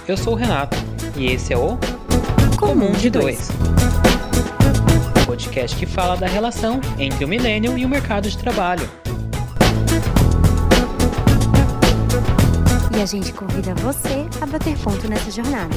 Eu sou o Renato e esse é o Comum de Dois, podcast que fala da relação entre o millennial e o mercado de trabalho. E a gente convida você a bater ponto nessa jornada.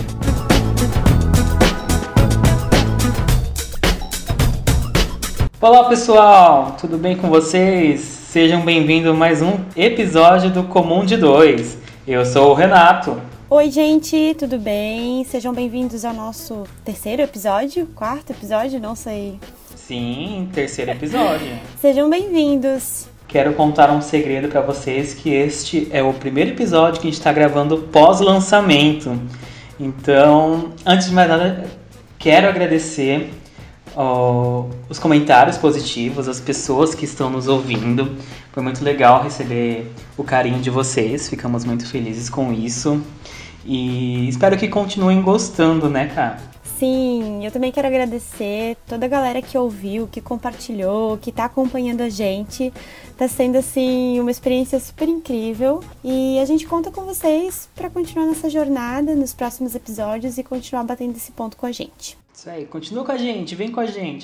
Olá pessoal, tudo bem com vocês? Sejam bem-vindos a mais um episódio do Comum de Dois. Eu sou o Renato. Oi gente, tudo bem? Sejam bem-vindos ao nosso quarto episódio, não sei. Sim, terceiro episódio. Sejam bem-vindos. Quero contar um segredo para vocês, que este é o primeiro episódio que a gente está gravando pós-lançamento. Então, antes de mais nada, quero agradecer os comentários positivos, as pessoas que estão nos ouvindo. Foi muito legal receber o carinho de vocês, ficamos muito felizes com isso. E espero que continuem gostando, né, cara? Sim, eu também quero agradecer toda a galera que ouviu, que compartilhou, que tá acompanhando a gente. Tá sendo, assim, uma experiência super incrível. E a gente conta com vocês para continuar nessa jornada nos próximos episódios e continuar batendo esse ponto com a gente. Isso aí, continua com a gente, vem com a gente.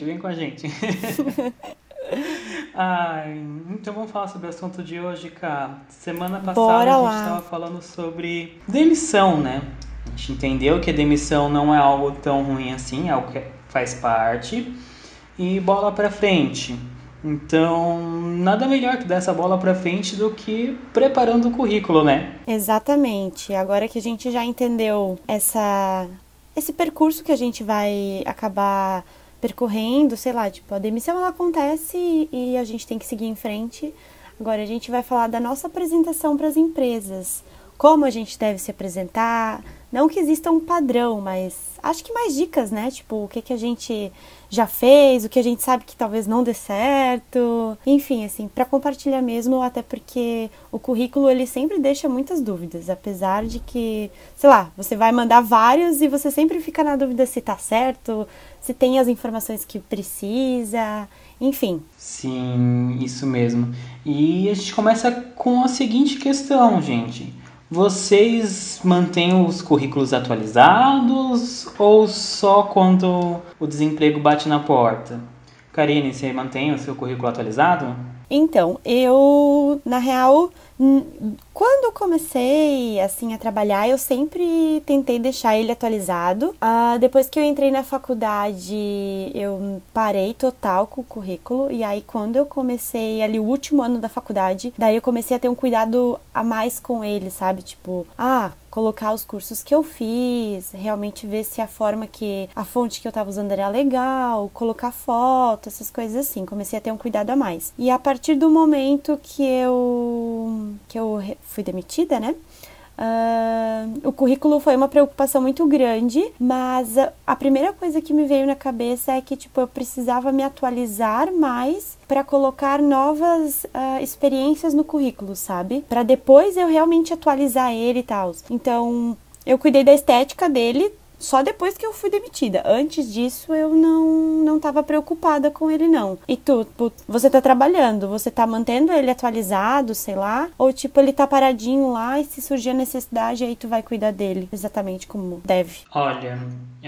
Então vamos falar sobre o assunto de hoje, cara. Semana passada a gente estava falando sobre demissão, né? A gente entendeu que a demissão não é algo tão ruim assim, é algo que faz parte. E bola pra frente. Então, nada melhor que dar essa bola pra frente do que preparando o currículo, né? Exatamente. Agora que a gente já entendeu esse percurso que a gente vai acabar percorrendo, sei lá, tipo, a demissão ela acontece e a gente tem que seguir em frente. Agora a gente vai falar da nossa apresentação para as empresas. Como a gente deve se apresentar, não que exista um padrão, mas acho que mais dicas, né? Tipo, o que a gente já fez, o que a gente sabe que talvez não dê certo. Enfim, assim, para compartilhar mesmo, até porque o currículo, ele sempre deixa muitas dúvidas, apesar de que, sei lá, você vai mandar vários e você sempre fica na dúvida se tá certo, se tem as informações que precisa, enfim. Sim, isso mesmo. E a gente começa com a seguinte questão, gente. Vocês mantêm os currículos atualizados ou só quando o desemprego bate na porta? Karine, você mantém o seu currículo atualizado? Então, eu, na real, quando eu comecei, assim, a trabalhar, eu sempre tentei deixar ele atualizado. Depois que eu entrei na faculdade, eu parei total com o currículo. E aí, quando eu comecei ali o último ano da faculdade, daí eu comecei a ter um cuidado a mais com ele, sabe? Tipo, colocar os cursos que eu fiz, realmente ver se a fonte que eu tava usando era legal, colocar foto, essas coisas assim. Comecei a ter um cuidado a mais. E a partir do momento que eu fui demitida, né? O currículo foi uma preocupação muito grande, mas a primeira coisa que me veio na cabeça é que, tipo, eu precisava me atualizar mais para colocar novas experiências no currículo, sabe? Para depois eu realmente atualizar ele e tal. Então, eu cuidei da estética dele só depois que eu fui demitida. Antes disso, eu não tava preocupada com ele, não. E tu, você tá trabalhando, você tá mantendo ele atualizado, sei lá? Ou, tipo, ele tá paradinho lá e se surgir a necessidade, aí tu vai cuidar dele exatamente como deve? Olha,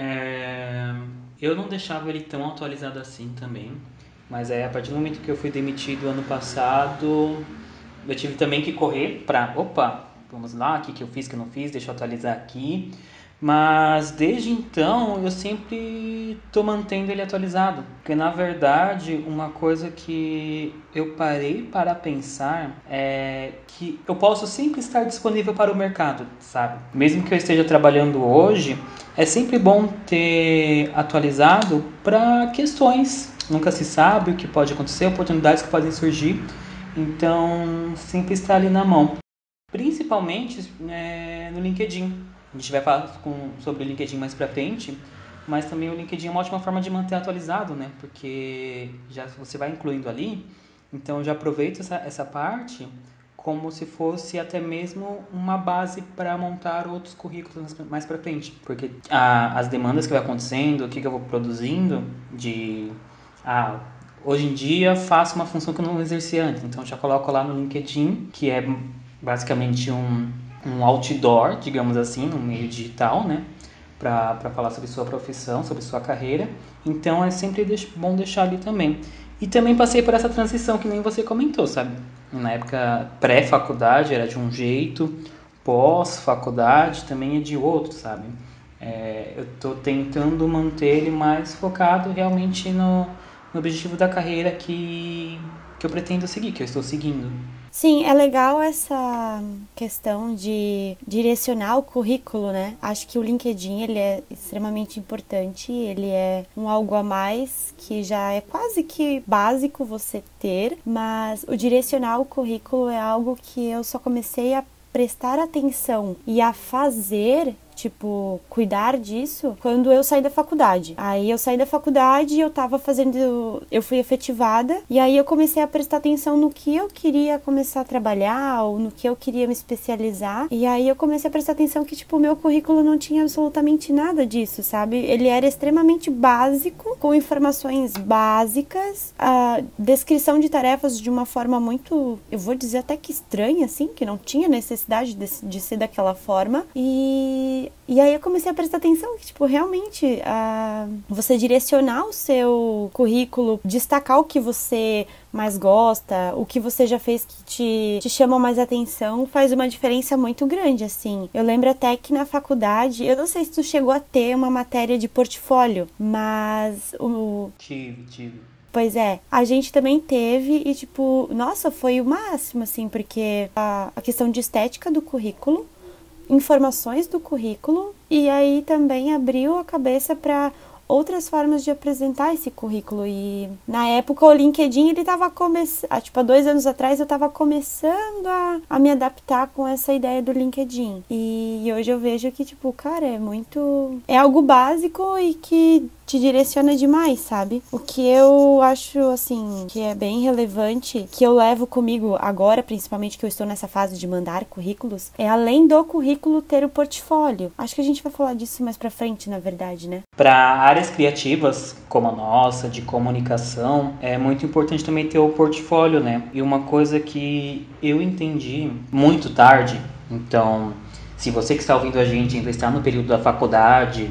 eu não deixava ele tão atualizado assim também. Mas a partir do momento que eu fui demitido ano passado, eu tive também que correr pra... vamos lá, o que eu fiz, o que eu não fiz, deixa eu atualizar aqui. Mas desde então eu sempre estou mantendo ele atualizado. Porque na verdade uma coisa que eu parei para pensar é que eu posso sempre estar disponível para o mercado, sabe? Mesmo que eu esteja trabalhando hoje, é sempre bom ter atualizado para questões. Nunca se sabe o que pode acontecer, oportunidades que podem surgir. Então sempre estar ali na mão. Principalmente no LinkedIn. A gente vai falar sobre o LinkedIn mais pra frente, mas também o LinkedIn é uma ótima forma de manter atualizado, né? Porque já você vai incluindo ali, então eu já aproveito essa parte como se fosse até mesmo uma base para montar outros currículos mais pra frente. Porque as demandas que vai acontecendo, o que eu vou produzindo hoje em dia faço uma função que eu não exerci antes, então eu já coloco lá no LinkedIn, que é basicamente um outdoor, digamos assim, no meio digital, né? Para falar sobre sua profissão, sobre sua carreira. Então é sempre bom deixar ali também. E também passei por essa transição que nem você comentou, sabe? Na época pré-faculdade era de um jeito, pós-faculdade também é de outro, sabe? Eu estou tentando manter ele mais focado realmente no objetivo da carreira que eu pretendo seguir, que eu estou seguindo. Sim, é legal essa questão de direcionar o currículo, né? Acho que o LinkedIn, ele é extremamente importante, ele é um algo a mais que já é quase que básico você ter, mas o direcionar o currículo é algo que eu só comecei a prestar atenção e a fazer, tipo, cuidar disso, quando eu saí da faculdade. Aí eu saí da faculdade, eu fui efetivada, e aí eu comecei a prestar atenção no que eu queria começar a trabalhar, ou no que eu queria me especializar, e aí eu comecei a prestar atenção que, tipo, o meu currículo não tinha absolutamente nada disso, sabe? Ele era extremamente básico, com informações básicas, a descrição de tarefas de uma forma muito, eu vou dizer até que estranha, assim, que não tinha necessidade de ser daquela forma, e aí eu comecei a prestar atenção que, tipo, realmente, você direcionar o seu currículo, destacar o que você mais gosta, o que você já fez que te chama mais atenção, faz uma diferença muito grande, assim. Eu lembro até que na faculdade, eu não sei se tu chegou a ter uma matéria de portfólio, mas Tive. Pois é, a gente também teve e, tipo, nossa, foi o máximo, assim, porque a questão de estética do currículo, informações do currículo, e aí também abriu a cabeça para outras formas de apresentar esse currículo. E na época o LinkedIn, ele tava começando, tipo, há 2 anos atrás eu tava começando a me adaptar com essa ideia do LinkedIn. E hoje eu vejo que, tipo, cara, é algo básico e que te direciona demais, sabe? O que eu acho, assim, que é bem relevante, que eu levo comigo agora, principalmente que eu estou nessa fase de mandar currículos, é além do currículo ter o portfólio. Acho que a gente vai falar disso mais pra frente, na verdade, né? Para áreas criativas, como a nossa, de comunicação, é muito importante também ter o portfólio, né? E uma coisa que eu entendi muito tarde, então, se você que está ouvindo a gente ainda está no período da faculdade,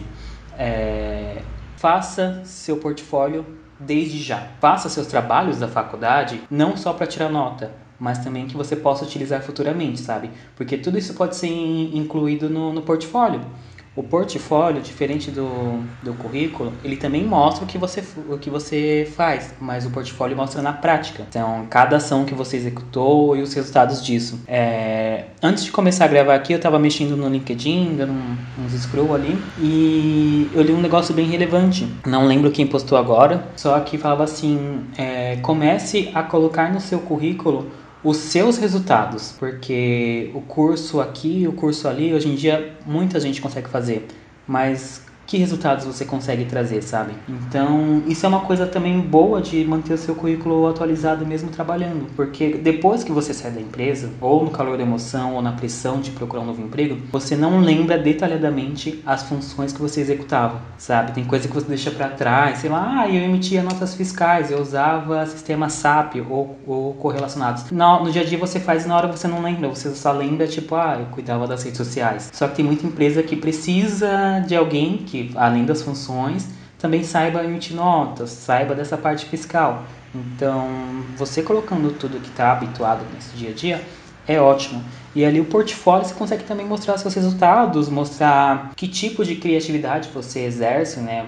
faça seu portfólio desde já. Faça seus trabalhos da faculdade não só para tirar nota, mas também que você possa utilizar futuramente, sabe? Porque tudo isso pode ser incluído no portfólio. O portfólio, diferente do currículo, ele também mostra o que você faz, mas o portfólio mostra na prática. Então, cada ação que você executou e os resultados disso. Antes de começar a gravar aqui, eu estava mexendo no LinkedIn, dando uns scroll ali, e eu li um negócio bem relevante. Não lembro quem postou agora, só que falava assim, comece a colocar no seu currículo os seus resultados, porque o curso aqui, o curso ali, hoje em dia muita gente consegue fazer, mas que resultados você consegue trazer, sabe? Então, isso é uma coisa também boa de manter o seu currículo atualizado mesmo trabalhando, porque depois que você sai da empresa, ou no calor da emoção, ou na pressão de procurar um novo emprego, você não lembra detalhadamente as funções que você executava, sabe? Tem coisa que você deixa para trás, sei lá, eu emitia notas fiscais, eu usava sistema SAP ou correlacionados. No dia a dia você faz e na hora você não lembra, você só lembra, tipo, eu cuidava das redes sociais. Só que tem muita empresa que precisa de alguém que, além das funções, também saiba emitir notas, saiba dessa parte fiscal. Então, você colocando tudo que está habituado nesse dia a dia, é ótimo. E ali o portfólio você consegue também mostrar seus resultados, mostrar que tipo de criatividade você exerce, né?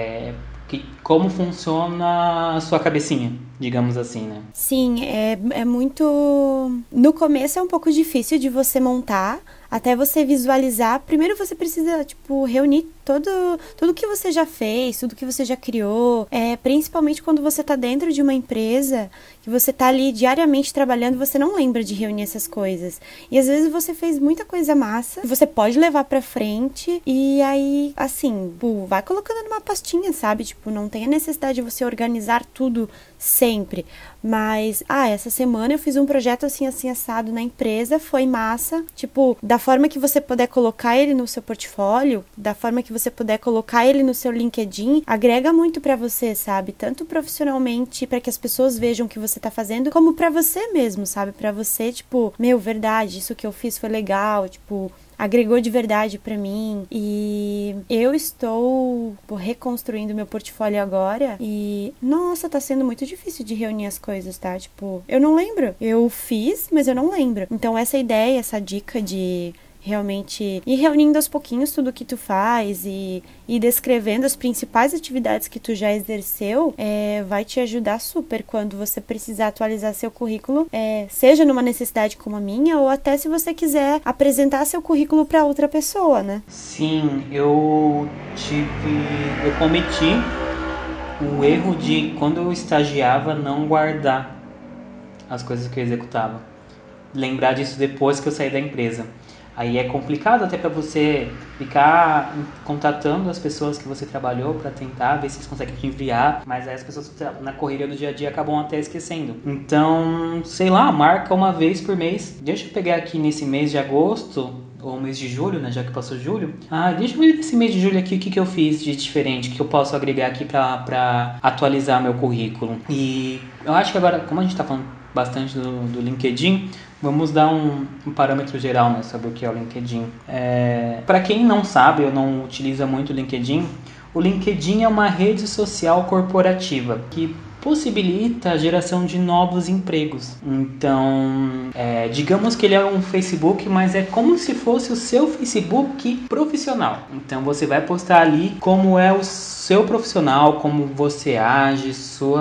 Como funciona a sua cabecinha, digamos assim, né? Sim, é muito... No começo é um pouco difícil de você montar, até você visualizar. Primeiro você precisa, tipo, reunir tudo que você já fez, tudo que você já criou, principalmente quando você tá dentro de uma empresa, que você tá ali diariamente trabalhando, você não lembra de reunir essas coisas. E às vezes você fez muita coisa massa, você pode levar pra frente, e aí, assim, vai colocando numa pastinha, sabe? Tipo, não tem a necessidade de você organizar tudo sempre. Mas, essa semana eu fiz um projeto assim, assado na empresa, foi massa. Tipo, da forma que você puder colocar ele no seu portfólio, da forma que você puder colocar ele no seu LinkedIn, agrega muito pra você, sabe? Tanto profissionalmente, pra que as pessoas vejam o que você tá fazendo, como pra você mesmo, sabe? Pra você, tipo, verdade, isso que eu fiz foi legal, tipo, agregou de verdade pra mim. E eu estou reconstruindo meu portfólio agora e, nossa, tá sendo muito difícil de reunir as coisas, tá? Tipo, eu não lembro. Eu fiz, mas eu não lembro. Então essa ideia, essa dica de realmente ir reunindo aos pouquinhos tudo que tu faz e descrevendo as principais atividades que tu já exerceu, vai te ajudar super quando você precisar atualizar seu currículo, seja numa necessidade como a minha, ou até se você quiser apresentar seu currículo para outra pessoa, né? Sim, eu cometi o erro de, quando eu estagiava, não guardar as coisas que eu executava. Lembrar disso depois que eu saí da empresa. Aí é complicado até para você ficar contatando as pessoas que você trabalhou para tentar ver se eles conseguem te enviar, mas aí as pessoas na correria do dia a dia acabam até esquecendo. Então, sei lá, marca uma vez por mês. Deixa eu pegar aqui nesse mês de agosto, ou mês de julho, né, já que passou julho. Deixa eu ver nesse mês de julho aqui o que eu fiz de diferente, que eu posso agregar aqui para atualizar meu currículo. E eu acho que agora, como a gente tá falando bastante do LinkedIn, vamos dar um parâmetro geral, né, sobre o que é o LinkedIn. Para quem não sabe ou não utiliza muito o LinkedIn é uma rede social corporativa que possibilita a geração de novos empregos. Então, digamos que ele é um Facebook, mas é como se fosse o seu Facebook profissional. Então, você vai postar ali como é o seu profissional, como você age,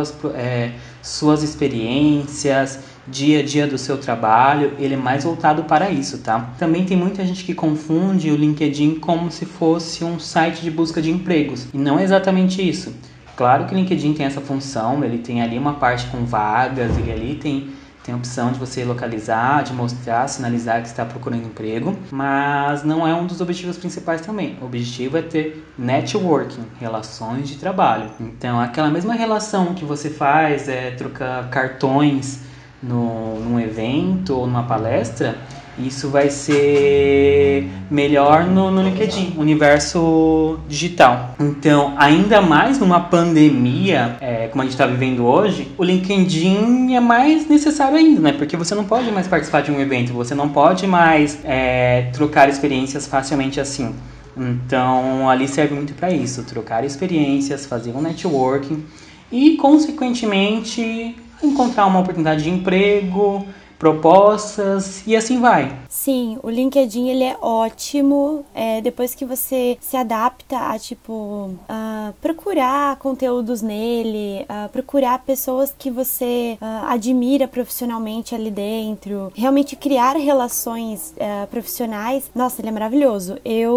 suas experiências, dia a dia do seu trabalho. Ele é mais voltado para isso, tá? Também tem muita gente que confunde o LinkedIn como se fosse um site de busca de empregos, e não é exatamente isso. Claro que o LinkedIn tem essa função, ele tem ali uma parte com vagas, e ali tem a opção de você localizar, de mostrar, sinalizar que está procurando emprego, mas não é um dos objetivos principais também. O objetivo é ter networking, relações de trabalho. Então, aquela mesma relação que você faz, trocar cartões num evento ou numa palestra, isso vai ser melhor no LinkedIn, universo digital. Então, ainda mais numa pandemia, como a gente está vivendo hoje, o LinkedIn é mais necessário ainda, né? Porque você não pode mais participar de um evento, você não pode mais trocar experiências facilmente assim. Então, ali serve muito para isso, trocar experiências, fazer um networking e, consequentemente, encontrar uma oportunidade de emprego, propostas e assim vai. Sim, o LinkedIn ele é ótimo depois que você se adapta a procurar conteúdos nele, procurar pessoas que você admira profissionalmente ali dentro, realmente criar relações profissionais. Nossa, ele é maravilhoso.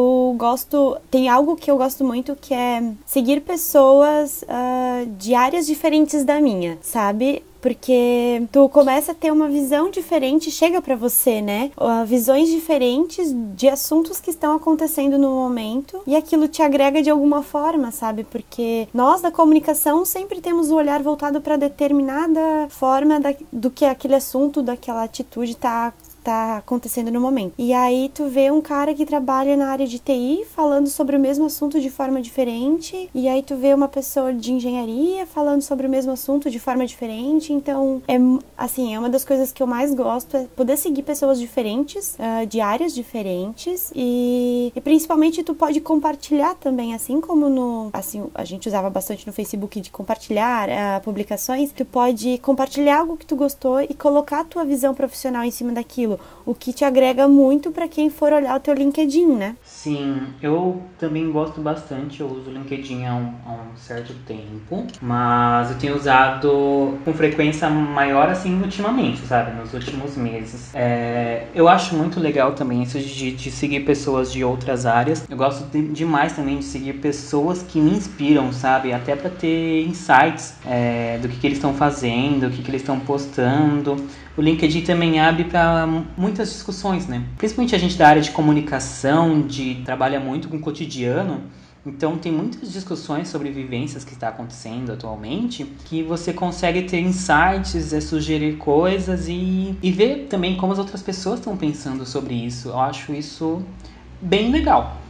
Tem algo que eu gosto muito, que é seguir pessoas de áreas diferentes da minha, sabe? Porque tu começa a ter uma visão diferente, chega pra você, né? Visões diferentes de assuntos que estão acontecendo no momento, e aquilo te agrega de alguma forma, sabe? Porque nós da comunicação sempre temos o olhar voltado para determinada forma do que aquele assunto, daquela atitude tá acontecendo no momento. E aí tu vê um cara que trabalha na área de TI falando sobre o mesmo assunto de forma diferente, e aí tu vê uma pessoa de engenharia falando sobre o mesmo assunto de forma diferente. Então, é uma das coisas que eu mais gosto, é poder seguir pessoas diferentes, de áreas diferentes, e principalmente tu pode compartilhar também, assim como a gente usava bastante no Facebook de compartilhar publicações, tu pode compartilhar algo que tu gostou e colocar a tua visão profissional em cima daquilo, o que te agrega muito para quem for olhar o teu LinkedIn, né? Sim, eu também gosto bastante, eu uso o LinkedIn há um certo tempo, mas eu tenho usado com frequência maior assim ultimamente, sabe, nos últimos meses. Eu acho muito legal também isso de seguir pessoas de outras áreas. Eu gosto demais também de seguir pessoas que me inspiram, sabe, até para ter insights do que eles estão fazendo, o que eles estão postando. O LinkedIn também abre para muitas discussões, né? Principalmente a gente da área de comunicação, trabalha muito com o cotidiano, então tem muitas discussões sobre vivências que está acontecendo atualmente, que você consegue ter insights, sugerir coisas e ver também como as outras pessoas estão pensando sobre isso. Eu acho isso bem legal.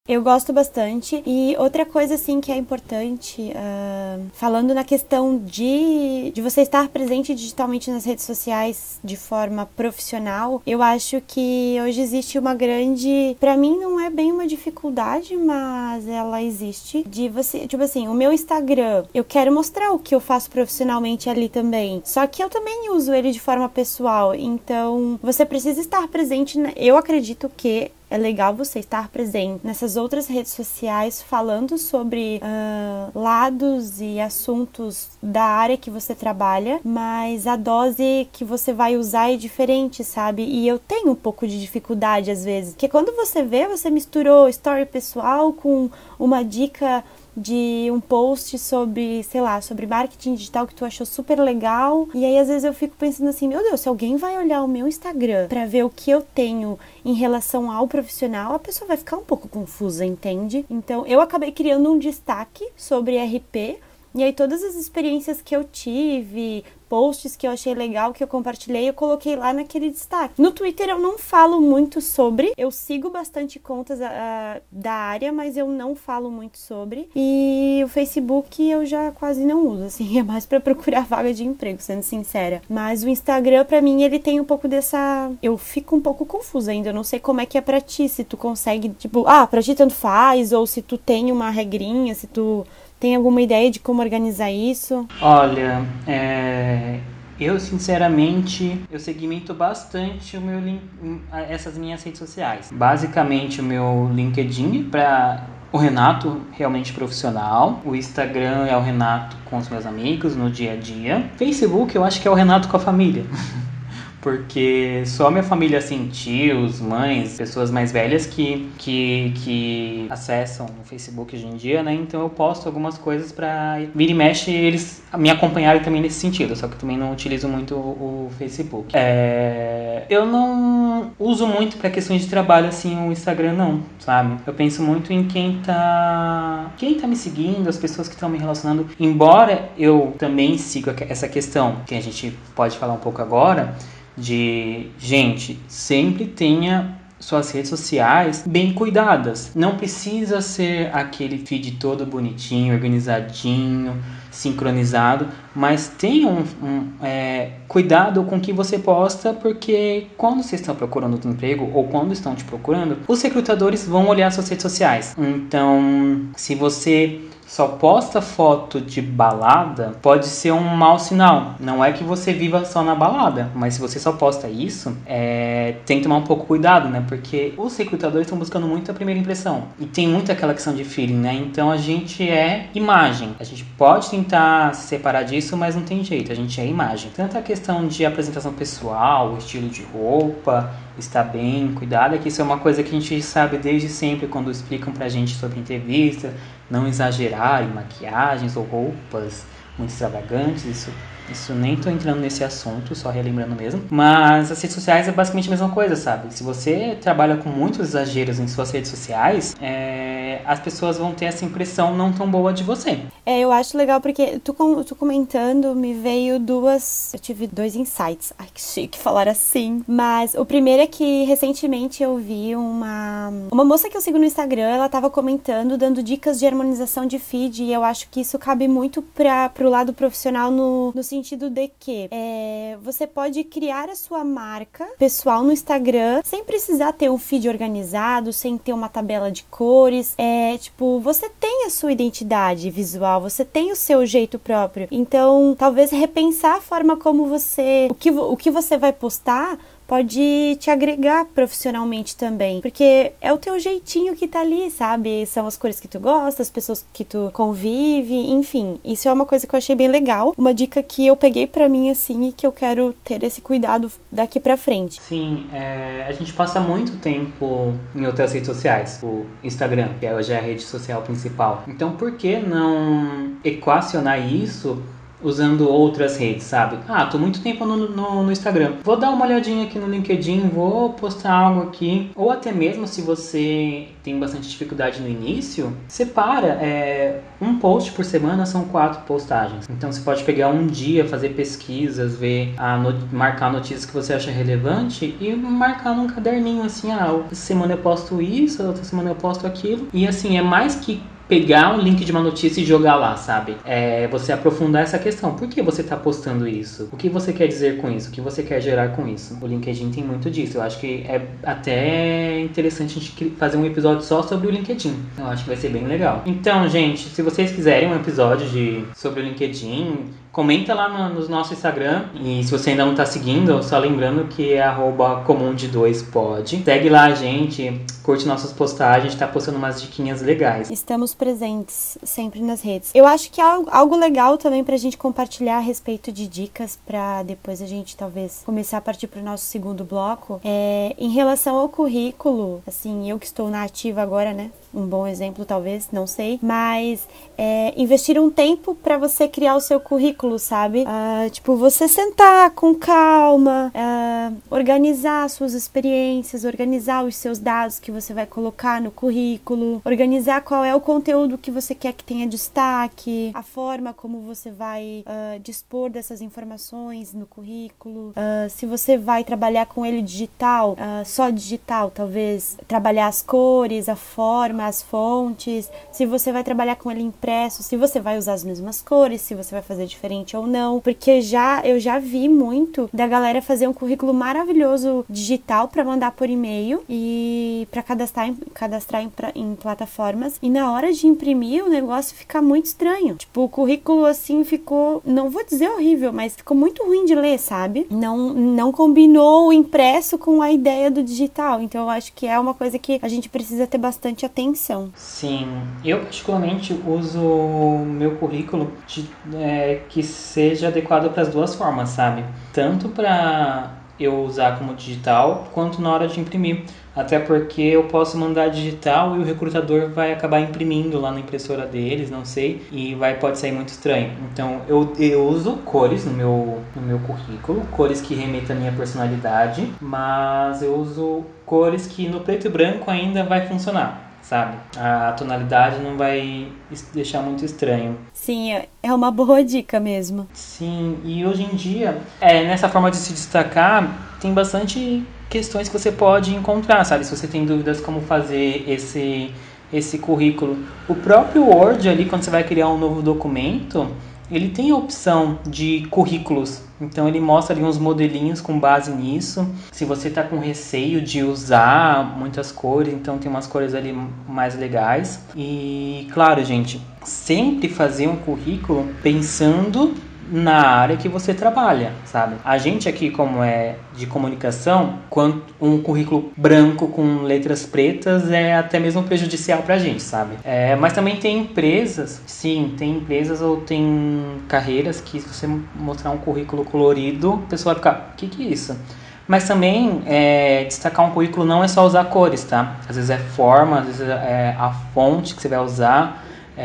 Eu gosto bastante. E outra coisa, assim, que é importante, falando na questão de você estar presente digitalmente nas redes sociais de forma profissional, eu acho que hoje existe uma grande... Pra mim, não é bem uma dificuldade, mas ela existe. De você... Tipo assim, o meu Instagram, eu quero mostrar o que eu faço profissionalmente ali também. Só que eu também uso ele de forma pessoal. Então, você precisa estar presente... Eu acredito que é legal você estar presente nessas outras redes sociais falando sobre lados e assuntos da área que você trabalha, mas a dose que você vai usar é diferente, sabe? E eu tenho um pouco de dificuldade às vezes, porque quando você vê, você misturou story pessoal com uma dica de um post sobre, sei lá, sobre marketing digital que tu achou super legal. E aí, às vezes, eu fico pensando assim, meu Deus, se alguém vai olhar o meu Instagram pra ver o que eu tenho em relação ao profissional, a pessoa vai ficar um pouco confusa, entende? Então, eu acabei criando um destaque sobre RP. E aí, todas as experiências que eu tive, posts que eu achei legal, que eu compartilhei, eu coloquei lá naquele destaque. No Twitter eu não falo muito sobre, eu sigo bastante contas da área, mas eu não falo muito sobre. E o Facebook eu já quase não uso, assim, é mais pra procurar vaga de emprego, sendo sincera. Mas o Instagram, pra mim, ele tem um pouco dessa... Eu fico um pouco confusa ainda, eu não sei como é que é pra ti, se tu consegue, tipo, pra ti tanto faz, ou se tu tem uma regrinha, se tu... Tem alguma ideia de como organizar isso? Olha, eu sinceramente, eu segmento bastante essas minhas redes sociais. Basicamente o meu LinkedIn para o Renato realmente profissional, o Instagram é o Renato com os meus amigos no dia a dia, Facebook eu acho que é o Renato com a família. Porque só minha família, assim, tios, mães, pessoas mais velhas que acessam o Facebook hoje em dia, né? Então eu posto algumas coisas pra vira e mexe eles me acompanharem também nesse sentido, só que eu também não utilizo muito o Facebook. Eu não uso muito pra questões de trabalho, assim, o Instagram não, sabe? Eu penso muito em quem tá me seguindo, as pessoas que estão me relacionando, embora eu também siga essa questão, que a gente pode falar um pouco agora, de, gente, sempre tenha suas redes sociais bem cuidadas. Não precisa ser aquele feed todo bonitinho, organizadinho, sincronizado, mas tenha cuidado com o que você posta, porque quando você está procurando outro emprego ou quando estão te procurando, os recrutadores vão olhar suas redes sociais. Então, se você só posta foto de balada, pode ser um mau sinal. Não é que você viva só na balada, mas se você só posta isso, tem que tomar um pouco cuidado, né? Porque os recrutadores estão buscando muito a primeira impressão. E tem muito aquela questão de feeling, né? Então a gente é imagem. A gente pode tentar se separar disso, mas não tem jeito. A gente é imagem. Tanto a questão de apresentação pessoal, o estilo de roupa, estar bem cuidado, é que isso é uma coisa que a gente sabe desde sempre quando explicam pra gente sobre entrevista. Não exagerar em maquiagens ou roupas muito extravagantes, isso nem tô entrando nesse assunto, só relembrando mesmo. Mas as redes sociais é basicamente a mesma coisa, sabe? Se você trabalha com muitos exageros em suas redes sociais, as pessoas vão ter essa impressão não tão boa de você. Eu acho legal porque tu comentando, me veio eu tive 2 insights. Ai, que chique falar assim. Mas o primeiro é que recentemente eu vi uma moça que eu sigo no Instagram, ela tava comentando, dando dicas de harmonização de feed, e eu acho que isso cabe muito pro lado profissional no sentido de que você pode criar a sua marca pessoal no Instagram sem precisar ter um feed organizado, sem ter uma tabela de cores. Você tem a sua identidade visual, você tem o seu jeito próprio. Então, talvez repensar a forma como o que você vai postar pode te agregar profissionalmente também, porque é o teu jeitinho que tá ali, sabe? São as cores que tu gosta, as pessoas que tu convive, enfim. Isso é uma coisa que eu achei bem legal, uma dica que eu peguei pra mim, assim, e que eu quero ter esse cuidado daqui pra frente. Sim, a gente passa muito tempo em outras redes sociais, o Instagram, que hoje é a rede social principal. Então, por que não equacionar isso usando outras redes, sabe? Ah, tô muito tempo no Instagram. Vou dar uma olhadinha aqui no LinkedIn, vou postar algo aqui. Ou até mesmo se você tem bastante dificuldade no início, separa. Um post por semana são 4 postagens. Então você pode pegar um dia, fazer pesquisas, ver, marcar notícias que você acha relevante e marcar num caderninho assim, essa semana eu posto isso, outra semana eu posto aquilo. E assim, é mais que pegar um link de uma notícia e jogar lá, sabe? Você aprofundar essa questão. Por que você está postando isso? O que você quer dizer com isso? O que você quer gerar com isso? O LinkedIn tem muito disso. Eu acho que é até interessante a gente fazer um episódio só sobre o LinkedIn. Eu acho que vai ser bem legal. Então, gente, se vocês quiserem um episódio sobre o LinkedIn, comenta lá no nosso Instagram. E se você ainda não está seguindo, só lembrando que é @comum-de-2pod. Segue lá a gente, curte nossas postagens, a gente tá postando umas diquinhas legais. Estamos presentes sempre nas redes. Eu acho que é algo legal também pra gente compartilhar a respeito de dicas pra depois a gente talvez começar a partir pro nosso segundo bloco. Em relação ao currículo, assim, eu que estou na ativa agora, né? Um bom exemplo, talvez, não sei. Mas investir um tempo pra você criar o seu currículo, sabe? Tipo, você sentar com calma, organizar suas experiências, organizar os seus dados que você vai colocar no currículo, organizar qual é o conteúdo que você quer que tenha destaque, a forma como você vai dispor dessas informações no currículo, se você vai trabalhar com ele digital, só digital, talvez trabalhar as cores, a forma, as fontes, se você vai trabalhar com ele impresso, se você vai usar as mesmas cores, se você vai fazer diferente ou não, porque eu já vi muito da galera fazer um currículo maravilhoso digital para mandar por e-mail e para cadastrar em plataformas, e na hora de imprimir o negócio fica muito estranho. Tipo, o currículo assim ficou, não vou dizer horrível, mas ficou muito ruim de ler, sabe? Não combinou o impresso com a ideia do digital. Então eu acho que é uma coisa que a gente precisa ter bastante atenção. Sim, eu particularmente uso o meu currículo que seja adequado para as duas formas, sabe? Tanto para eu usar como digital, quanto na hora de imprimir. Até porque eu posso mandar digital e o recrutador vai acabar imprimindo lá na impressora deles, não sei, e pode sair muito estranho. Então eu uso cores no meu currículo, cores que remetam à minha personalidade, mas eu uso cores que no preto e branco ainda vai funcionar, sabe? A tonalidade não vai deixar muito estranho. Sim, é uma boa dica mesmo. Sim, e hoje em dia, nessa forma de se destacar, tem bastante questões que você pode encontrar, sabe? Se você tem dúvidas como fazer esse currículo. O próprio Word ali, quando você vai criar um novo documento, ele tem a opção de currículos. Então ele mostra ali uns modelinhos com base nisso. Se você está com receio de usar muitas cores, então tem umas cores ali mais legais. E claro, gente, sempre fazer um currículo pensando na área que você trabalha, sabe? A gente aqui, como é de comunicação, um currículo branco com letras pretas é até mesmo prejudicial pra gente, sabe? Mas também tem empresas, sim, tem empresas ou tem carreiras que se você mostrar um currículo colorido, a pessoa vai ficar, o que é isso? Mas também destacar um currículo não é só usar cores, tá? Às vezes é forma, às vezes é a fonte que você vai usar.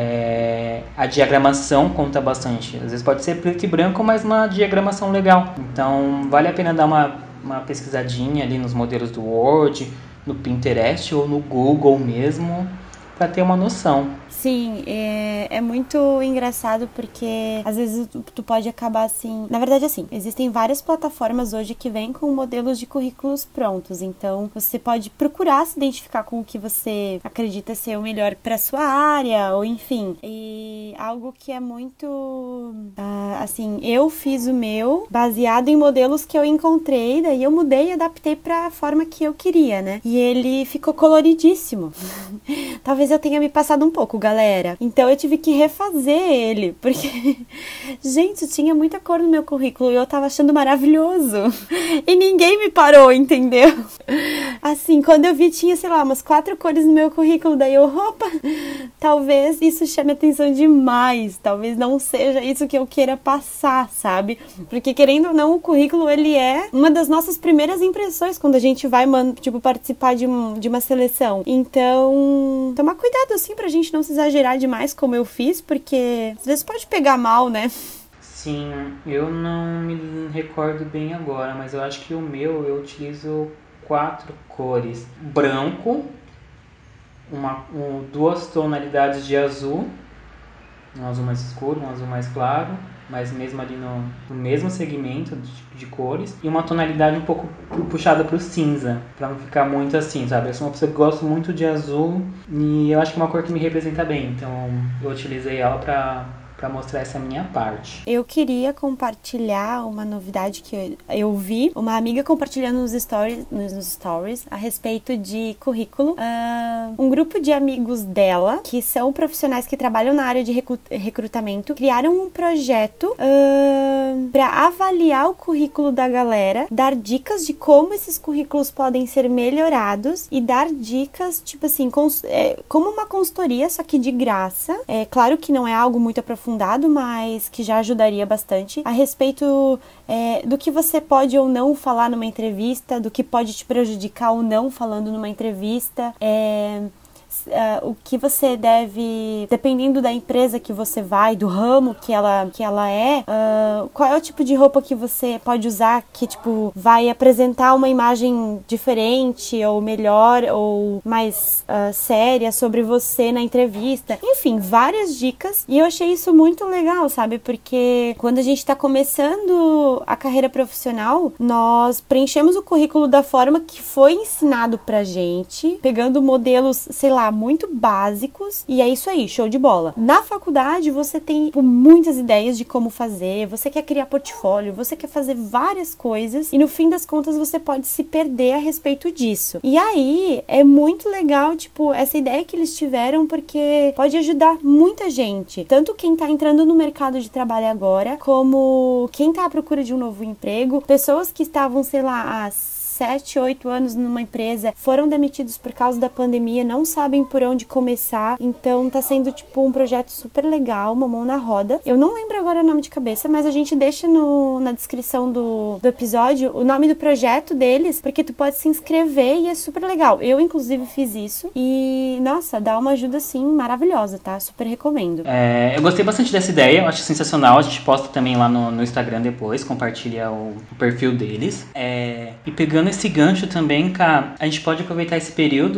A diagramação conta bastante. Às vezes pode ser preto e branco, mas uma diagramação legal. Então vale a pena dar uma pesquisadinha ali nos modelos do Word, no Pinterest ou no Google mesmo, para ter uma noção. Sim, é muito engraçado porque às vezes tu pode acabar assim... Na verdade, assim, existem várias plataformas hoje que vêm com modelos de currículos prontos. Então, você pode procurar se identificar com o que você acredita ser o melhor para sua área, ou enfim. E algo que é muito... assim, eu fiz o meu baseado em modelos que eu encontrei, daí eu mudei e adaptei para a forma que eu queria, né? E ele ficou coloridíssimo. Talvez eu tenha me passado um pouco, galera. Então eu tive que refazer ele, porque, gente, tinha muita cor no meu currículo e eu tava achando maravilhoso. E ninguém me parou, entendeu? Assim, quando eu vi, tinha, sei lá, umas 4 cores no meu currículo, daí eu, opa, talvez isso chame atenção demais, talvez não seja isso que eu queira passar, sabe? Porque, querendo ou não, o currículo, ele é uma das nossas primeiras impressões quando a gente vai, tipo, participar de uma seleção. Então, tomar cuidado, assim, pra gente não se exagerar demais como eu fiz, porque às vezes pode pegar mal, né? Sim, eu não me recordo bem agora, mas eu acho que o meu eu utilizo 4 cores: branco, duas tonalidades de azul, um azul mais escuro, um azul mais claro, mas mesmo ali no mesmo segmento de cores, e uma tonalidade um pouco puxada para o cinza, para não ficar muito assim, sabe? Eu sou uma pessoa que gosto muito de azul e eu acho que é uma cor que me representa bem, então eu utilizei ela para mostrar essa minha parte. Eu queria compartilhar uma novidade que eu vi uma amiga compartilhando nos stories a respeito de currículo. Um grupo de amigos dela, que são profissionais que trabalham na área de recrutamento, criaram um projeto para avaliar o currículo da galera, dar dicas de como esses currículos podem ser melhorados e dar dicas, tipo assim, como uma consultoria, só que de graça. É claro que não é algo muito aprofundado, mas que já ajudaria bastante a respeito do que você pode ou não falar numa entrevista, do que pode te prejudicar ou não falando numa entrevista, o que você deve, dependendo da empresa que você vai, do ramo que ela é, qual é o tipo de roupa que você pode usar que, tipo, vai apresentar uma imagem diferente ou melhor ou mais séria sobre você na entrevista. Enfim, várias dicas, e eu achei isso muito legal, sabe? Porque quando a gente tá começando a carreira profissional, nós preenchemos o currículo da forma que foi ensinado pra gente, pegando modelos, sei lá, muito básicos, e é isso aí, show de bola. Na faculdade você tem muitas ideias de como fazer, você quer criar portfólio, você quer fazer várias coisas, e no fim das contas você pode se perder a respeito disso. E aí é muito legal, tipo, essa ideia que eles tiveram, porque pode ajudar muita gente, tanto quem tá entrando no mercado de trabalho agora, como quem tá à procura de um novo emprego, pessoas que estavam, sei lá, 7, 8 anos numa empresa, foram demitidos por causa da pandemia, não sabem por onde começar, então tá sendo tipo um projeto super legal, uma mão na roda. Eu não lembro agora o nome de cabeça, mas a gente deixa na descrição do episódio o nome do projeto deles, porque tu pode se inscrever e é super legal. Eu inclusive fiz isso e, nossa, dá uma ajuda assim maravilhosa, tá? Super recomendo. Eu gostei bastante dessa ideia, eu acho sensacional, a gente posta também lá no Instagram depois, compartilha o perfil deles. E pegando esse gancho também, cara, a gente pode aproveitar esse período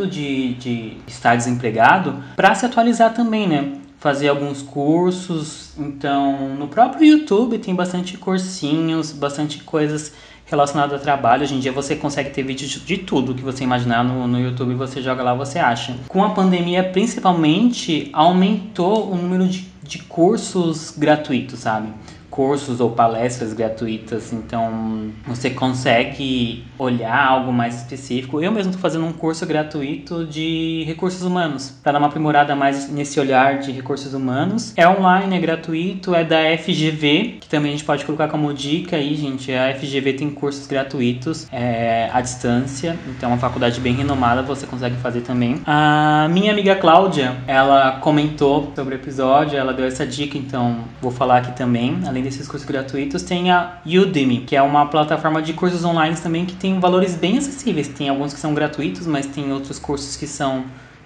de estar desempregado para se atualizar também, né? Fazer alguns cursos. Então, no próprio YouTube tem bastante cursinhos, bastante coisas relacionadas a trabalho. Hoje em dia você consegue ter vídeos de tudo que você imaginar no YouTube, você joga lá, você acha. Com a pandemia, principalmente, aumentou o número de cursos gratuitos, sabe? Cursos ou palestras gratuitas, então você consegue olhar algo mais específico. Eu mesmo estou fazendo um curso gratuito de recursos humanos, para dar uma aprimorada mais nesse olhar de recursos humanos. É online, é gratuito, é da FGV, que também a gente pode colocar como dica aí, gente. A FGV tem cursos gratuitos à distância, então é uma faculdade bem renomada, você consegue fazer também. A minha amiga Cláudia, ela comentou sobre o episódio, ela deu essa dica, então vou falar aqui também. Além desses cursos gratuitos, tem a Udemy, que é uma plataforma de cursos online também que tem valores bem acessíveis. Tem alguns que são gratuitos, mas tem outros cursos que são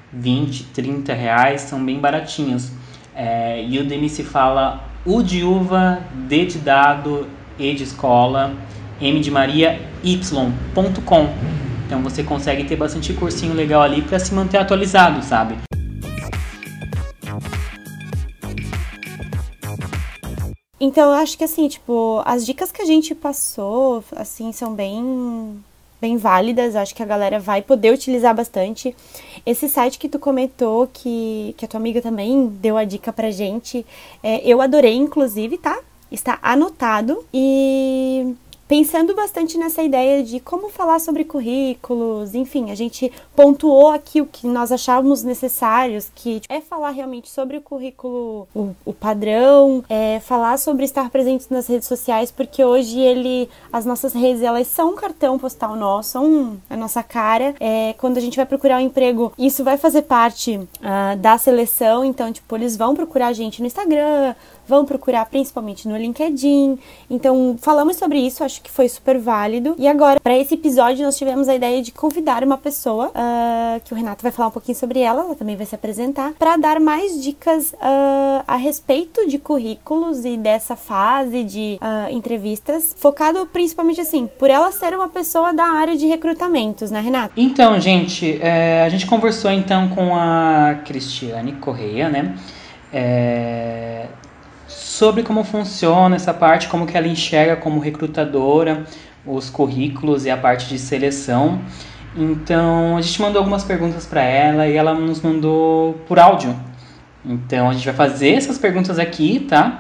20, 30 reais, são bem baratinhos. Udemy se fala U de uva, D de dado, E de escola, M de Maria, Y.com. Então você consegue ter bastante cursinho legal ali para se manter atualizado, sabe? Então, eu acho que, assim, tipo, as dicas que a gente passou, assim, são bem válidas. Acho que a galera vai poder utilizar bastante. Esse site que tu comentou, que a tua amiga também deu a dica pra gente, eu adorei, inclusive, tá? Está anotado. E pensando bastante nessa ideia de como falar sobre currículos, enfim, a gente pontuou aqui o que nós achávamos necessários, que é falar realmente sobre o currículo, o padrão, falar sobre estar presentes nas redes sociais, porque hoje as nossas redes, elas são um cartão postal nosso, são a nossa cara. Quando a gente vai procurar um emprego, isso vai fazer parte da seleção, então, tipo, eles vão procurar a gente no Instagram, vão procurar principalmente no LinkedIn. Então, falamos sobre isso, acho acho que foi super válido. E agora, para esse episódio, nós tivemos a ideia de convidar uma pessoa, que o Renato vai falar um pouquinho sobre ela também vai se apresentar, para dar mais dicas a respeito de currículos e dessa fase de entrevistas, focado principalmente assim, por ela ser uma pessoa da área de recrutamentos, né, Renato? Então, gente, a gente conversou então com a Cristiane Correia, né? Sobre como funciona essa parte, como que ela enxerga como recrutadora os currículos e a parte de seleção. Então, a gente mandou algumas perguntas para ela e ela nos mandou por áudio. Então, a gente vai fazer essas perguntas aqui, tá?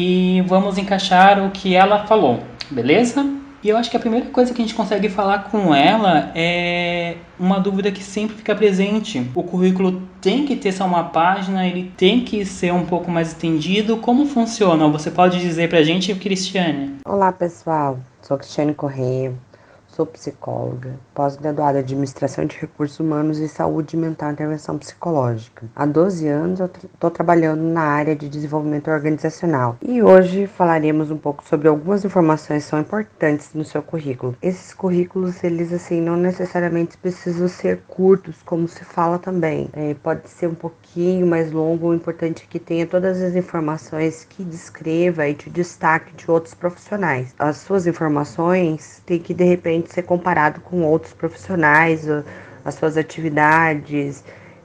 E vamos encaixar o que ela falou, beleza? E eu acho que a primeira coisa que a gente consegue falar com ela é uma dúvida que sempre fica presente. O currículo tem que ter só uma página, ele tem que ser um pouco mais estendido. Como funciona? Você pode dizer pra gente, Cristiane? Olá, pessoal. Sou Cristiane Correia, sou psicóloga, pós-graduada em Administração de Recursos Humanos e Saúde Mental e Intervenção Psicológica. Há 12 anos eu estou trabalhando na área de desenvolvimento organizacional e hoje falaremos um pouco sobre algumas informações que são importantes no seu currículo. Esses currículos, eles assim, não necessariamente precisam ser curtos, como se fala também. Pode ser um pouquinho mais longo, o importante é que tenha todas as informações que descreva e te destaque de outros profissionais. As suas informações têm que, de repente, ser comparado com outros profissionais, as suas atividades,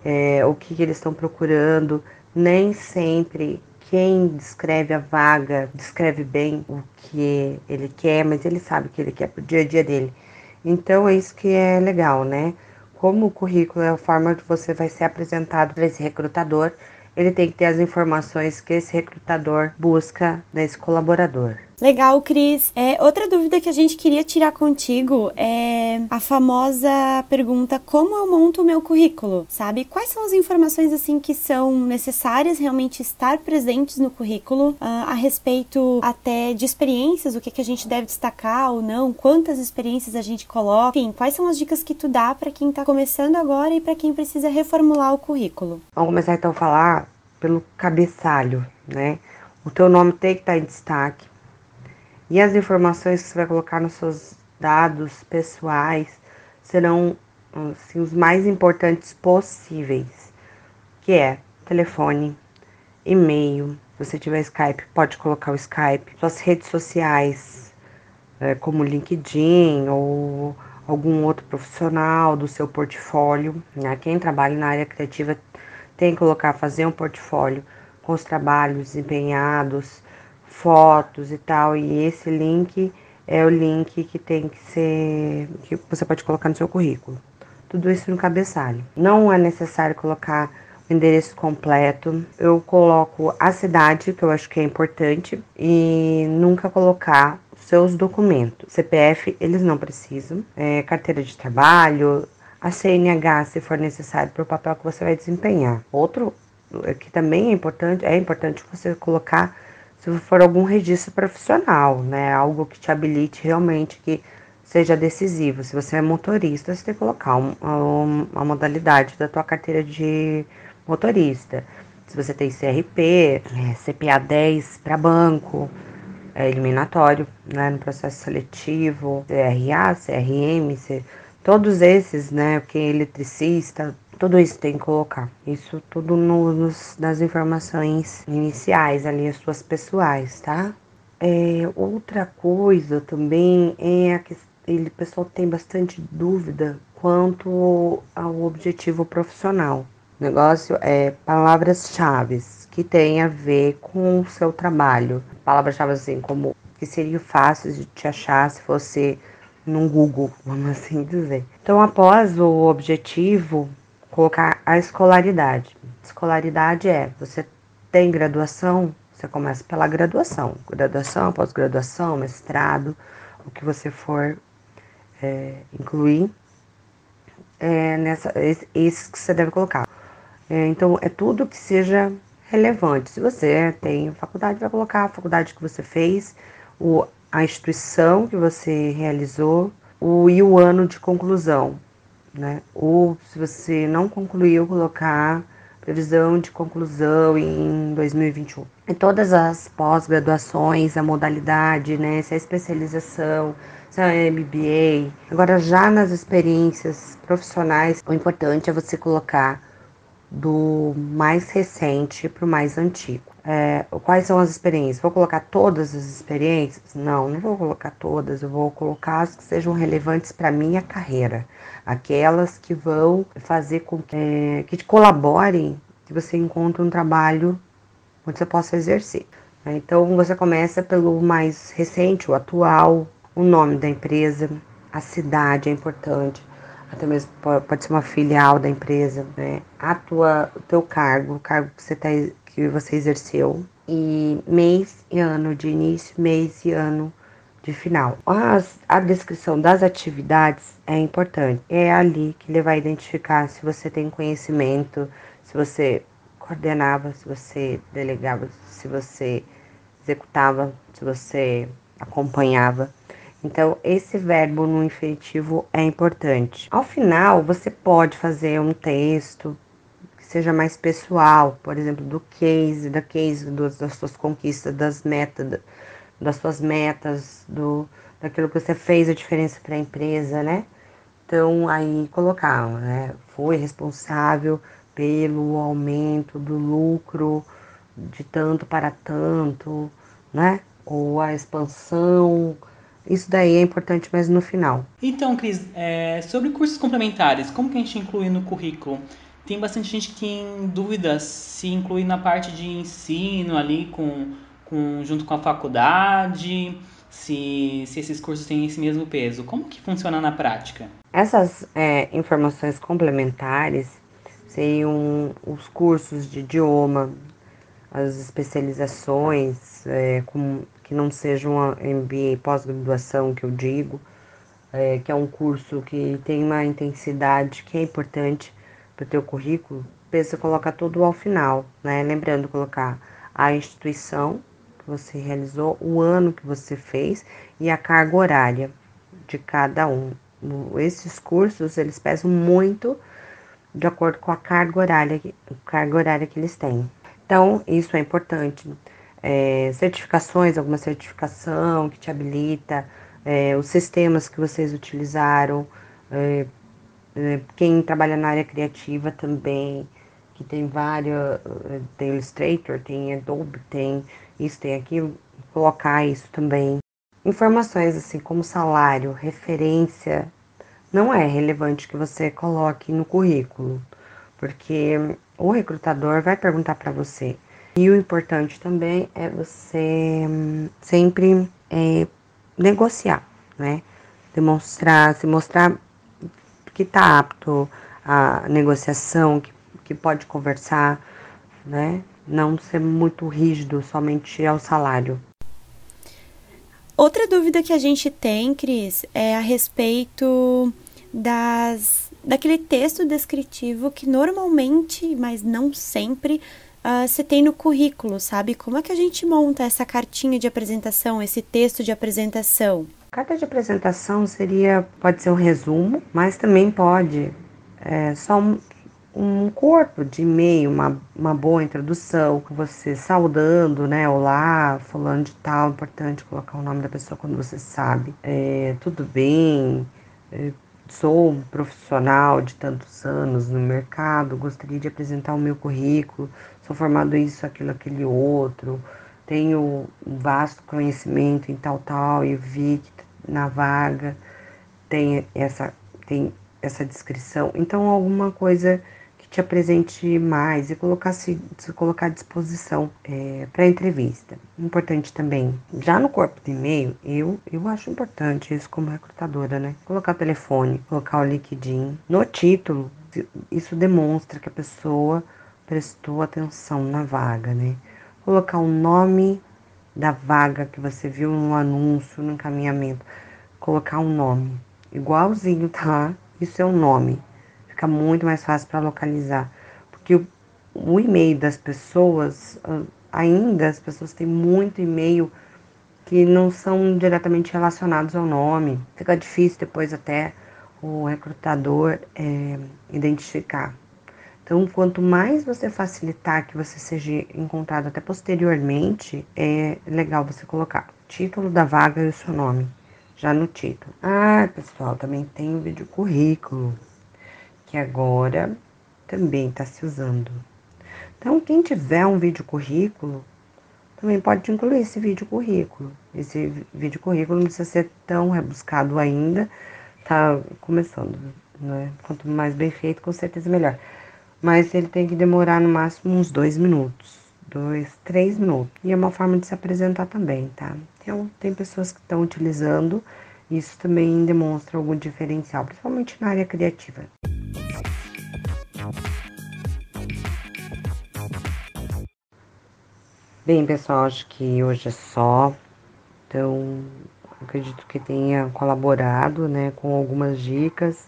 o que eles estão procurando. Nem sempre quem descreve a vaga descreve bem o que ele quer, mas ele sabe o que ele quer pro dia a dia dele. Então é isso que é legal, né? Como o currículo é a forma que você vai ser apresentado para esse recrutador, ele tem que ter as informações que esse recrutador busca nesse colaborador. Legal, Cris. Outra dúvida que a gente queria tirar contigo é a famosa pergunta: como eu monto o meu currículo? Sabe? Quais são as informações assim que são necessárias realmente estar presentes no currículo, a respeito até de experiências, o que a gente deve destacar ou não, quantas experiências a gente coloca, enfim, quais são as dicas que tu dá para quem está começando agora e para quem precisa reformular o currículo? Vamos começar então a falar pelo cabeçalho, né? O teu nome tem que estar em destaque. E as informações que você vai colocar nos seus dados pessoais serão assim, os mais importantes possíveis, que é telefone, e-mail. Se você tiver Skype, pode colocar o Skype. Suas redes sociais, como LinkedIn ou algum outro profissional do seu portfólio, né? Quem trabalha na área criativa tem que fazer um portfólio com os trabalhos desempenhados, fotos e tal, e esse link é o link que tem que ser, que você pode colocar no seu currículo. Tudo isso no cabeçalho. Não é necessário colocar o endereço completo. Eu coloco a cidade, que eu acho que é importante, e nunca colocar os seus documentos. CPF, eles não precisam. Carteira de trabalho, a CNH, se for necessário, para o papel que você vai desempenhar. Outro que também é importante você colocar se for algum registro profissional, né? Algo que te habilite realmente, que seja decisivo. Se você é motorista, você tem que colocar uma modalidade da tua carteira de motorista. Se você tem CRP, CPA 10 para banco, eliminatório, né? No processo seletivo, CRA, CRM, todos esses, né? Quem é eletricista, tudo isso tem que colocar. Isso tudo nas informações iniciais ali, as suas pessoais, tá? Outra coisa também é que o pessoal tem bastante dúvida quanto ao objetivo profissional. O negócio é palavras-chave que tem a ver com o seu trabalho. Palavras-chave assim como que seria fácil de te achar se fosse no Google, vamos assim dizer. Então, após o objetivo, colocar a escolaridade. Escolaridade você tem graduação, você começa pela graduação. Graduação, pós-graduação, mestrado, o que você for incluir, isso que você deve colocar. Então, é tudo que seja relevante. Se você tem faculdade, vai colocar a faculdade que você fez, a instituição que você realizou, e o ano de conclusão, né? Ou se você não concluiu, colocar previsão de conclusão em 2021. E todas as pós-graduações, a modalidade, né, se é especialização, se é MBA. Agora, já nas experiências profissionais, o importante é você colocar do mais recente para o mais antigo. Quais são as experiências? Vou colocar todas as experiências? Não, não vou colocar todas. Eu vou colocar as que sejam relevantes para a minha carreira. Aquelas que vão fazer com que te colaborem, que você encontre um trabalho onde você possa exercer. Então, você começa pelo mais recente, o atual, o nome da empresa, a cidade é importante, até mesmo pode ser uma filial da empresa, né? O teu cargo, o cargo que você exerceu, e mês e ano de início, mês e ano de final. A descrição das atividades é importante. É ali que ele vai identificar se você tem conhecimento, se você coordenava, se você delegava, se você executava, se você acompanhava. Então, esse verbo no infinitivo é importante. Ao final, você pode fazer um texto que seja mais pessoal, por exemplo, das suas conquistas, das suas metas, daquilo que você fez a diferença para a empresa, né? Então, aí colocar, né? Foi responsável pelo aumento do lucro de tanto para tanto, né? Ou a expansão. Isso daí é importante, mas no final. Então, Cris, sobre cursos complementares, como que a gente inclui no currículo? Tem bastante gente que tem dúvidas se inclui na parte de ensino ali junto com a faculdade, se esses cursos têm esse mesmo peso. Como que funciona na prática? Essas informações complementares seriam os cursos de idioma, as especializações, que não sejam a MBA pós-graduação, que eu digo, que é um curso que tem uma intensidade que é importante para o teu currículo, pensa colocar tudo ao final, né? Lembrando colocar a instituição que você realizou, o ano que você fez e a carga horária de cada um. Esses cursos, eles pesam muito de acordo com a carga horária que eles têm. Então, isso é importante. Certificações, alguma certificação que te habilita, os sistemas que vocês utilizaram, quem trabalha na área criativa também, que tem várias, tem Illustrator, tem Adobe, tem isso, tem aquilo, colocar isso também. Informações assim como salário, referência, não é relevante que você coloque no currículo, porque o recrutador vai perguntar para você. E o importante também é você sempre negociar, né? Se mostrar que está apto à negociação, que pode conversar, né? Não ser muito rígido somente ao salário. Outra dúvida que a gente tem, Cris, é a respeito daquele texto descritivo que normalmente, mas não sempre, se tem no currículo, sabe? Como é que a gente monta essa cartinha de apresentação, esse texto de apresentação? Carta de apresentação pode ser um resumo, mas também pode só um corpo de e-mail, uma boa introdução, com você saudando, né? Olá, fulano de tal, importante colocar o nome da pessoa quando você sabe. Tudo bem, sou um profissional de tantos anos no mercado, gostaria de apresentar o meu currículo, sou formado isso, aquilo, aquele outro, tenho um vasto conhecimento em tal, e vi que na vaga tem essa descrição. Então, alguma coisa que te apresente mais e se colocar à disposição para a entrevista. Importante também, já no corpo do e-mail, eu acho importante isso como recrutadora, né? Colocar o telefone, colocar o LinkedIn. No título, isso demonstra que a pessoa prestou atenção na vaga, né? Colocar o nome da vaga que você viu no anúncio, no encaminhamento. Colocar um nome igualzinho, tá? Isso é um nome. Fica muito mais fácil para localizar. Porque o e-mail das pessoas, ainda as pessoas têm muito e-mail que não são diretamente relacionados ao nome. Fica difícil depois até o recrutador identificar. Então, quanto mais você facilitar que você seja encontrado até posteriormente, é legal você colocar o título da vaga e o seu nome, já no título. Ah, pessoal, também tem o vídeo currículo, que agora também está se usando. Então, quem tiver um vídeo currículo, também pode incluir esse vídeo currículo. Esse vídeo currículo não precisa ser tão rebuscado ainda, tá começando, né? Quanto mais bem feito, com certeza melhor. Mas ele tem que demorar no máximo uns 2 minutos, 2, 3 minutos. E é uma forma de se apresentar também, tá? Então, tem pessoas que estão utilizando, e isso também demonstra algum diferencial, principalmente na área criativa. Bem, pessoal, acho que hoje é só. Então, acredito que tenha colaborado, né, com algumas dicas.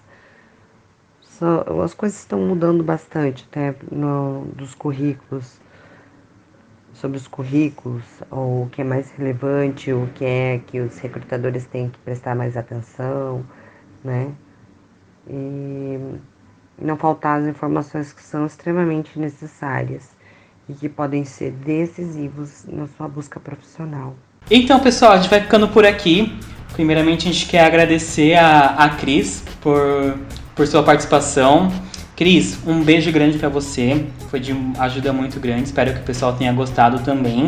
As coisas estão mudando bastante, até dos currículos, sobre os currículos, o que é mais relevante, o que é que os recrutadores têm que prestar mais atenção, né? E não faltar as informações que são extremamente necessárias e que podem ser decisivos na sua busca profissional. Então, pessoal, a gente vai ficando por aqui. Primeiramente, a gente quer agradecer a Cris por sua participação. Cris, um beijo grande para você. Foi de ajuda muito grande. Espero que o pessoal tenha gostado também.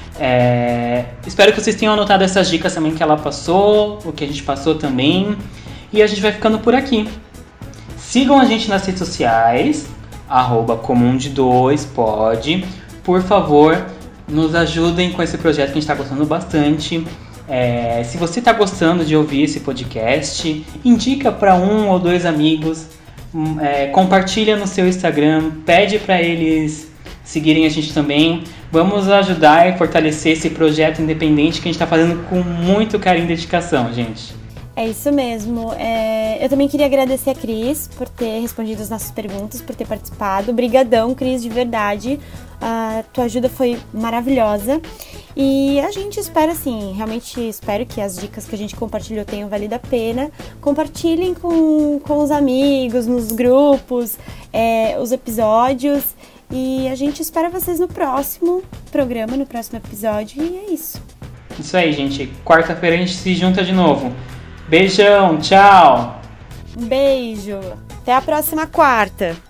Espero que vocês tenham anotado essas dicas também que ela passou, o que a gente passou também. E a gente vai ficando por aqui. Sigam a gente nas redes sociais, @comum-de-2pod. Por favor, nos ajudem com esse projeto que a gente está gostando bastante. Se você está gostando de ouvir esse podcast, indica para 1 ou 2 amigos, compartilha no seu Instagram, pede para eles seguirem a gente também. Vamos ajudar e fortalecer esse projeto independente que a gente está fazendo com muito carinho e dedicação, gente. É isso mesmo. Eu também queria agradecer a Cris por ter respondido as nossas perguntas, por ter participado. Obrigadão, Cris, de verdade. A tua ajuda foi maravilhosa. E a gente espera, assim, realmente espero que as dicas que a gente compartilhou tenham valido a pena. Compartilhem com os amigos, nos grupos, os episódios. E a gente espera vocês no próximo programa, no próximo episódio. E é isso. Isso aí, gente. Quarta-feira a gente se junta de novo. Beijão, tchau! Um beijo! Até a próxima quarta!